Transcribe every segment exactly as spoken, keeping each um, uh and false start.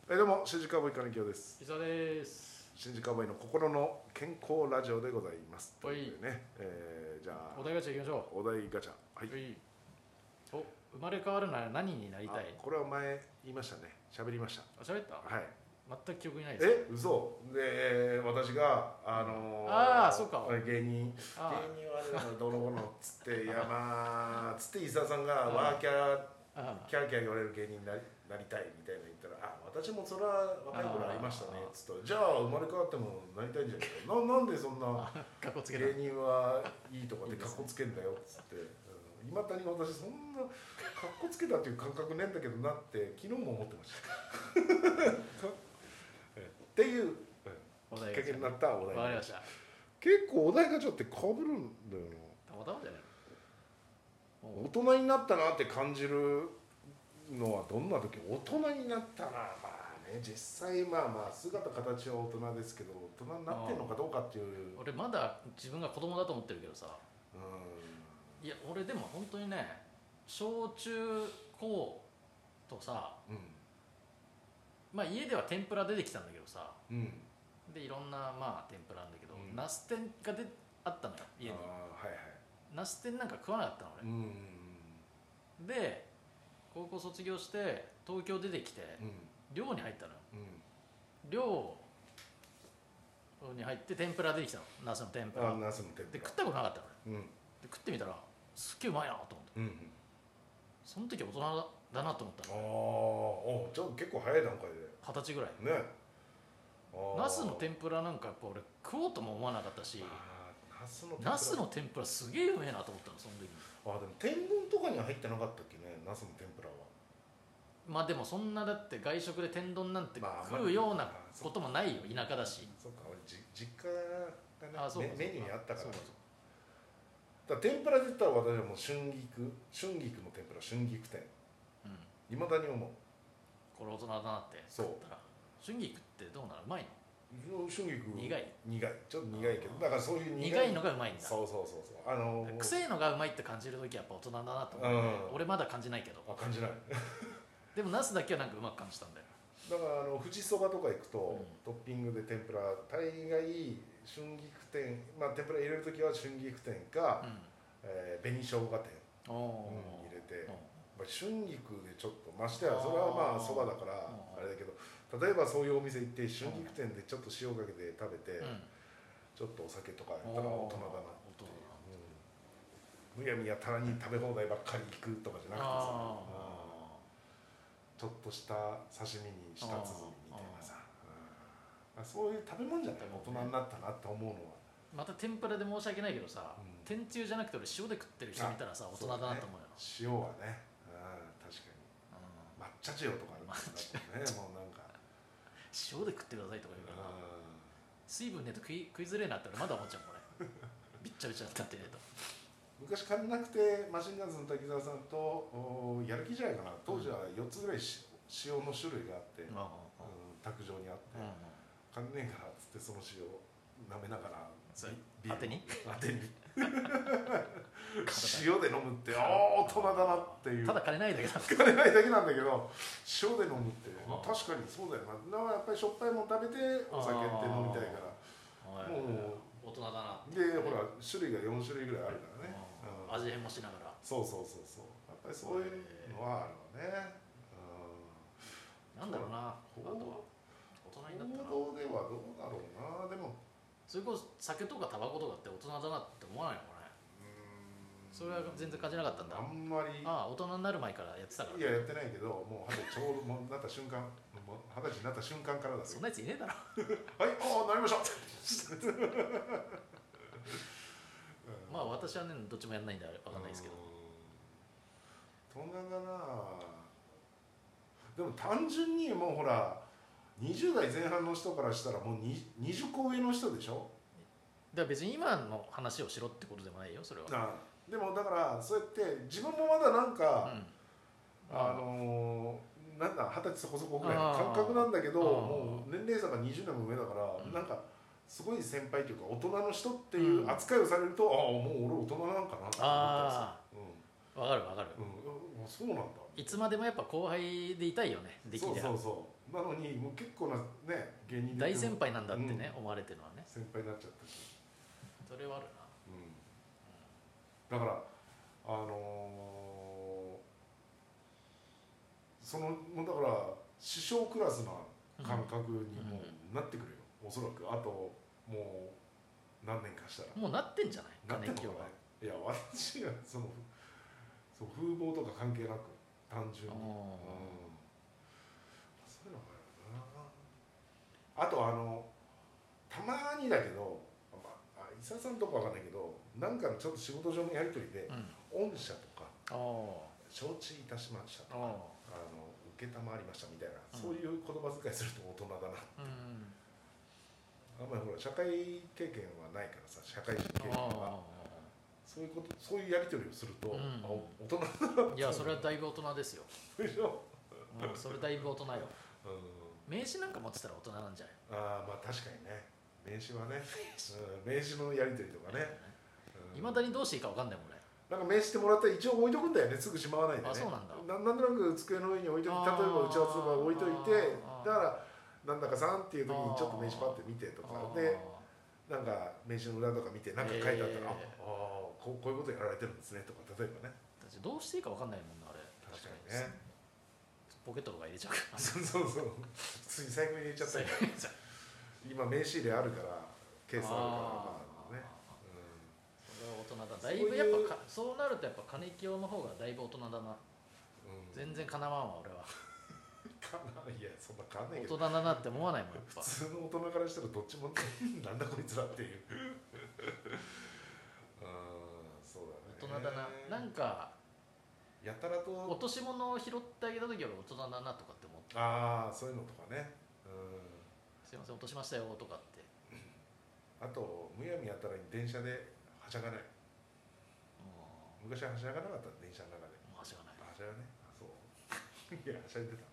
えどうも新宿カウボーイ金城です。 伊沢です。 新宿カウボーイの心の健康ラジオでございます。 はい。 ということでね、えー、じゃあお題ガチャいきましょう。お題ガチャ。はい。 はい。お、生まれ変わるなら何になりたい？ これは前言いましたね。喋りました。 あ、喋った？ はい。 全く記憶にないです。 え、嘘で私があのー、 ああ、そうか。 芸人芸人はあれだからどのこのっつっていやまあつって伊沢さんがワーキャーキャーキャー言われる芸人になりなりたいみたいな言ったら、あ、私もそれは若い頃ありましたねっつったら、じゃあ生まれ変わってもなりたいんじゃないかな、なんでそんな芸人はいいとかでカッコつけんだよっつって、いまだに私そんなカッコつけたっていう感覚ねえんだけどなって昨日も思ってましたっていうきっかけになったお題。 わかりました。 結構お題ガチャってかぶるんだよな。 たまたまじゃない大人になったなって感じるのはどんな時？大人になったな、まあね、実際まあまあ姿形は大人ですけど大人になってるのかどうかっていう。 俺まだ自分が子供だと思ってるけどさ、うん、いや俺でも本当にね、小中高とさ、うん、まあ家では天ぷら出てきたんだけどさ、うん、でいろんなまあ天ぷらなんだけど、うん、ナス天がであったのよ家に。あ、はいはい、ナス天なんか食わなかったの俺、うん、で高校卒業して東京出てきて、うん、寮に入ったのよ、うん、寮に入って天ぷら出てきたの、ナスの天ぷら。 ナスの天ぷらで食ったことなかったの俺、うん、で食ってみたらすっげえうまいなと思って、うん、その時大人だなと思ったの。 ああ、じゃあ結構早い段階で二十歳ぐらいね。ナスの天ぷらなんかやっぱ俺食おうとも思わなかったし、ナスの天ぷらすげえうめえなと思ったのその時に。 あ、でも天丼とかには入ってなかったっけね、ナスの天ぷらは。まあでもそんなだって外食で天丼なんて食うようなこともないよ、田舎だし。 そうか、俺実家がねメニューにあったから。そうそうだから天ぷらで言ったら私はもう春菊春菊の天ぷら、春菊天いま、うん、だに思う。 これ大人だなって食ったら。春菊ってどうなの？うまいの？ 春菊苦い苦いちょっと苦いけど、だからそういう苦いのがうまいんだ。 そうそうそうそう、あのー、 臭いのがうまいって感じる時はやっぱ大人だなと思う、うん、俺まだ感じないけど。 あ、感じないでもナスだけはなんかうまく感じたんだよ。 だからあの富士そばとか行くと、うん、トッピングで天ぷら大概春菊天、まあ天ぷら入れる時は春菊天か、うん、えー、紅生姜天、うん、入れて、まあ、春菊でちょっとましてはそれはまあそばだからあれだけど、例えばそういうお店行って春菊店でちょっと塩かけて食べて、うん、ちょっとお酒とかやったら大人だなっていう、うん、むやみやたらに食べ放題ばっかり行くとかじゃなくてさ、ちょっとした刺身に舌鼓みたいなさ、うん、そういう食べ物じゃない大人になったなって思うのは。 また天ぷらで申し訳ないけどさ、うん、天つゆじゃなくて俺塩で食ってる人見たらさ大人だなと思うよ。 塩はね、うん、確かに、うん、抹茶塩とかあるからねもうなんか塩で食ってくださいとか言うからな、水分ねえと食い食いづれえなって俺まだ思っちゃうこれびっちゃびちゃになってねえと。 昔金なくてマシンガンズの滝沢さんとやる気じゃないかな、当時はよっつぐらい塩の種類があって、うん、卓上にあって、うん、金ねえからっつってその塩を舐めながら当てに当てに塩で飲むってああ大人だなっていう。 ただ金ないだけだ金ないだけなんだけど塩で飲むって、まあ、確かにそうだよな。やっぱりしょっぱいもの食べてお酒って飲みたいからもう大人だなで、ほら種類がよん種類ぐらいあるからね、 うん、味変もしながら。 そうそうそうそう、やっぱりそういうのはあるわね、 うん、なんだろうな、あとは大人になったな。 行動ではどうだろうな。でもそれこそ酒とかタバコとかって大人だなって思わないのかね。うん、それは全然感じなかったんだ。 あんまり。 ああ、大人になる前からやってたから。 いややってないけど、もう二十歳ちょうどもうなった瞬間、もう二十歳になった瞬間からだ。 そんなやついねえだろはい、ああなりましたまあ私はねどっちもやんないんであれわかんないですけど。 大人だな。でも単純にもうほらにじゅう代前半の人からしたらもうにじゅっこ上の人でしょ。 だから別に今の話をしろってことでもないよそれは。ああでもだからそうやって自分もまだなんか、うん、あのー、なんだ二十歳そこそこぐらいの感覚なんだけど、もう年齢差がにじゅうねんも上だから、うん、なんかすごい先輩というか大人の人っていう扱いをされると、うん、ああもう俺大人なんかなって思ったりさ。わ、 うん、かるわかる、 うん、 そうなんだ。 いつまでもやっぱ後輩でいたいよね、できりゃ。 そうそうそうなのにもう結構なね芸人で大先輩なんだってね、 うん、 思われてるのはね。 先輩になっちゃったし、 それはあるな。 うん、だからあのー、そのもうだから師匠クラスな感覚にもうなってくるよ、うん、おそらくあともう何年かしたらもうなってんじゃないなってんのかね。いや私がそのそう風貌とか関係なく単純に、うん、そういうのがあるな。あとあのたまにだけど、まあ、伊佐さんとかわかんないけどなんかのちょっと仕事上のやり取りで、うん、御社とか承知いたしましたとかあの承りましたみたいな、うん、そういう言葉遣いすると大人だなって、うん、あんまりほら社会経験はないからさ、社会人経験はそういうことそういうやり取りをすると、うん、あ大人だなって。 いやそれはだいぶ大人ですよ。 でしょ、 うん、それだいぶ大人よ、うん、名刺なんか持ってたら大人なんじゃない。 ああまあ確かにね、名刺はね、うん、名刺のやり取りとかねいま、うん、だにどうしていいか分かんないもんね。 なんか名刺ってもらったら一応置いとくんだよね、すぐしまわないでね。 あ、そうなんだ。 な, なんとなく机の上に置いといて、例えば打ち合わせ場置いといて、だからなんだかさんっていう時にちょっと名刺パッて見てとかで、なんか名刺の裏とか見てなんか書いてあったら、えー、ああこうこういうことやられてるんですねとか、例えばね。 どうしていいか分かんないもんなあれ。 確かにね。 ポケットとか入れちゃうから。 そうそうそう。普通に財布入れちゃったり。今名刺入れあるからケースあるからね。 大人だ。だいぶやっぱかそうなるとやっぱ金清の方がだいぶ大人だな、うん、全然かなわんわ俺は。 かないやそんなかんないけど大人だなって思わないもんやっぱ。 普通の大人からしたらどっちもなんだこいつらっていうあそうだね、 大人だな。なんかやたらと落とし物を拾ってあげた時は大人だなとかって思って。 ああそういうのとかね、うん、 すいません落としましたよとかって。 あとむやみやたらに電車ではしゃがない。昔ははしゃがなかった電車の中で。 はしゃがない。 はしゃがね。あそういやはしゃいでた。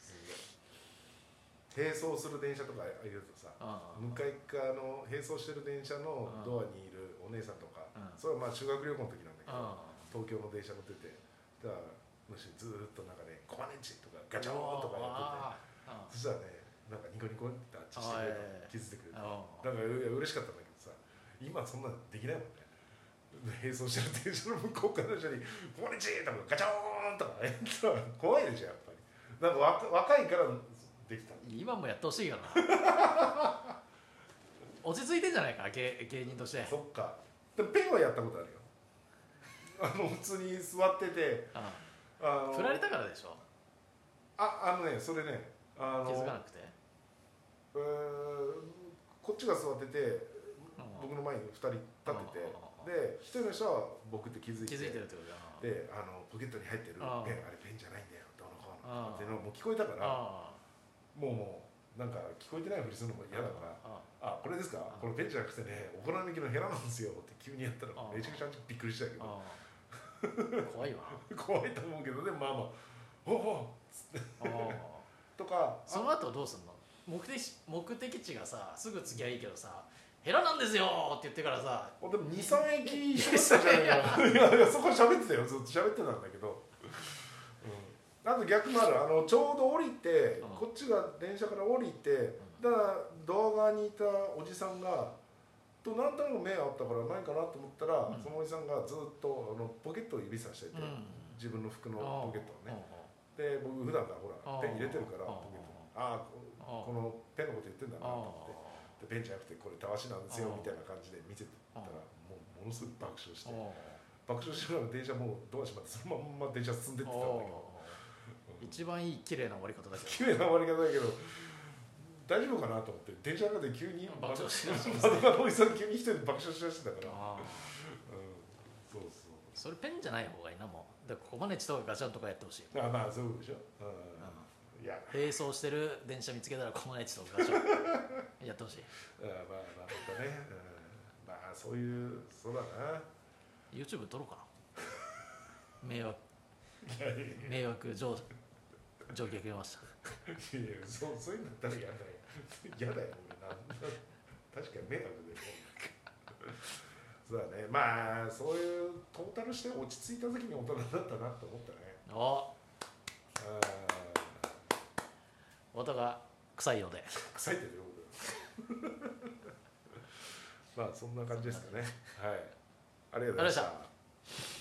並走する電車とかいるとさ、向かい側の並走してる電車のドアにいるお姉さんとか、それはまあ修学旅行の時なんだけど、東京の電車乗ってて、だからむしずーっとなんかね、コマネチとかガチャーンとかやってて、そしたらね、なんかニコニコってあっちしてくれた、気づいてくれた。なんか嬉しかったんだけどさ、今そんなのできないもんね。並走してる電車の向こう側の人に「コマネチ!」とかガチャーンとかやったら怖いでしょやっぱり。なんか若いからできた。 今もやってほしいよな落ち着いてんじゃないかな 芸, 芸人として。 そっか。でもペンはやったことあるよ。あの普通に座っててああ振られたからでしょ。 ああのねそれねあの気づかなくて、 えー、こっちが座ってて僕の前にふたり立ってて、で一人の人は僕って気づいて気づいてるってことだ。 であのポケットに入ってるペンあれペンじゃないんだよどうのこうのっていうのもう聞こえたからもうもうなんか聞こえてないふりするのも嫌だからあこれですかこれペンじゃなくてねお好み焼きのヘラなんですよって急にやったらめちゃくちゃびっくりしたけど怖いわ怖いと思うけどでもまあまあおおっつってとかその後どうすんの。目的目的地がさすぐ次はいいけどさヘラなんですよって言ってからさでもにさん駅しましたじゃないかいやいやそこ喋ってたよずっと喋ってたんだけど、うん、あと逆もあるあのちょうど降りて、うん、こっちが電車から降りて、うん、だからドア側にいたおじさんがと何となく目があったから何かなと思ったら、うん、そのおじさんがずっとあのポケットを指さしてて、うん、自分の服のポケットをね、うん、で僕普段からほらペン入れてるからポケットああこのペンのこと言ってんだなと思ってペンじゃなくてこれたわしなんですよみたいな感じで見せてたらもうものすごい爆笑して爆笑しながら電車もうドア閉まってそのまんま電車進んでってたんだけど、 うん、一番いい綺麗な終わり方だけど綺麗な終わり方だけど大丈夫かなと思って電車の中で急に爆笑して窓側のおじさん急に一人で爆笑しだしてたから、うん、そうそうそれペンじゃない方がいいなもうだからコマネチとかガチャンとかやってほしい。 あまあそういうことでしょ、うんいや並走してる電車見つけたらコマネチとかガチャンやってほしい。 あまあまあ本当ね、うん、まあそういうそうだな YouTube 撮ろうかな迷惑迷惑乗乗客いましたいやいやそうそういうのだったら嫌だよ嫌だよ俺な確かに迷惑でそそうだね、まあそういうトータルして落ち着いた時に大人だったなって思ったね。 お音が臭いようで臭いってどういうことまあそんな感じですかね。はい、ありがとうございました。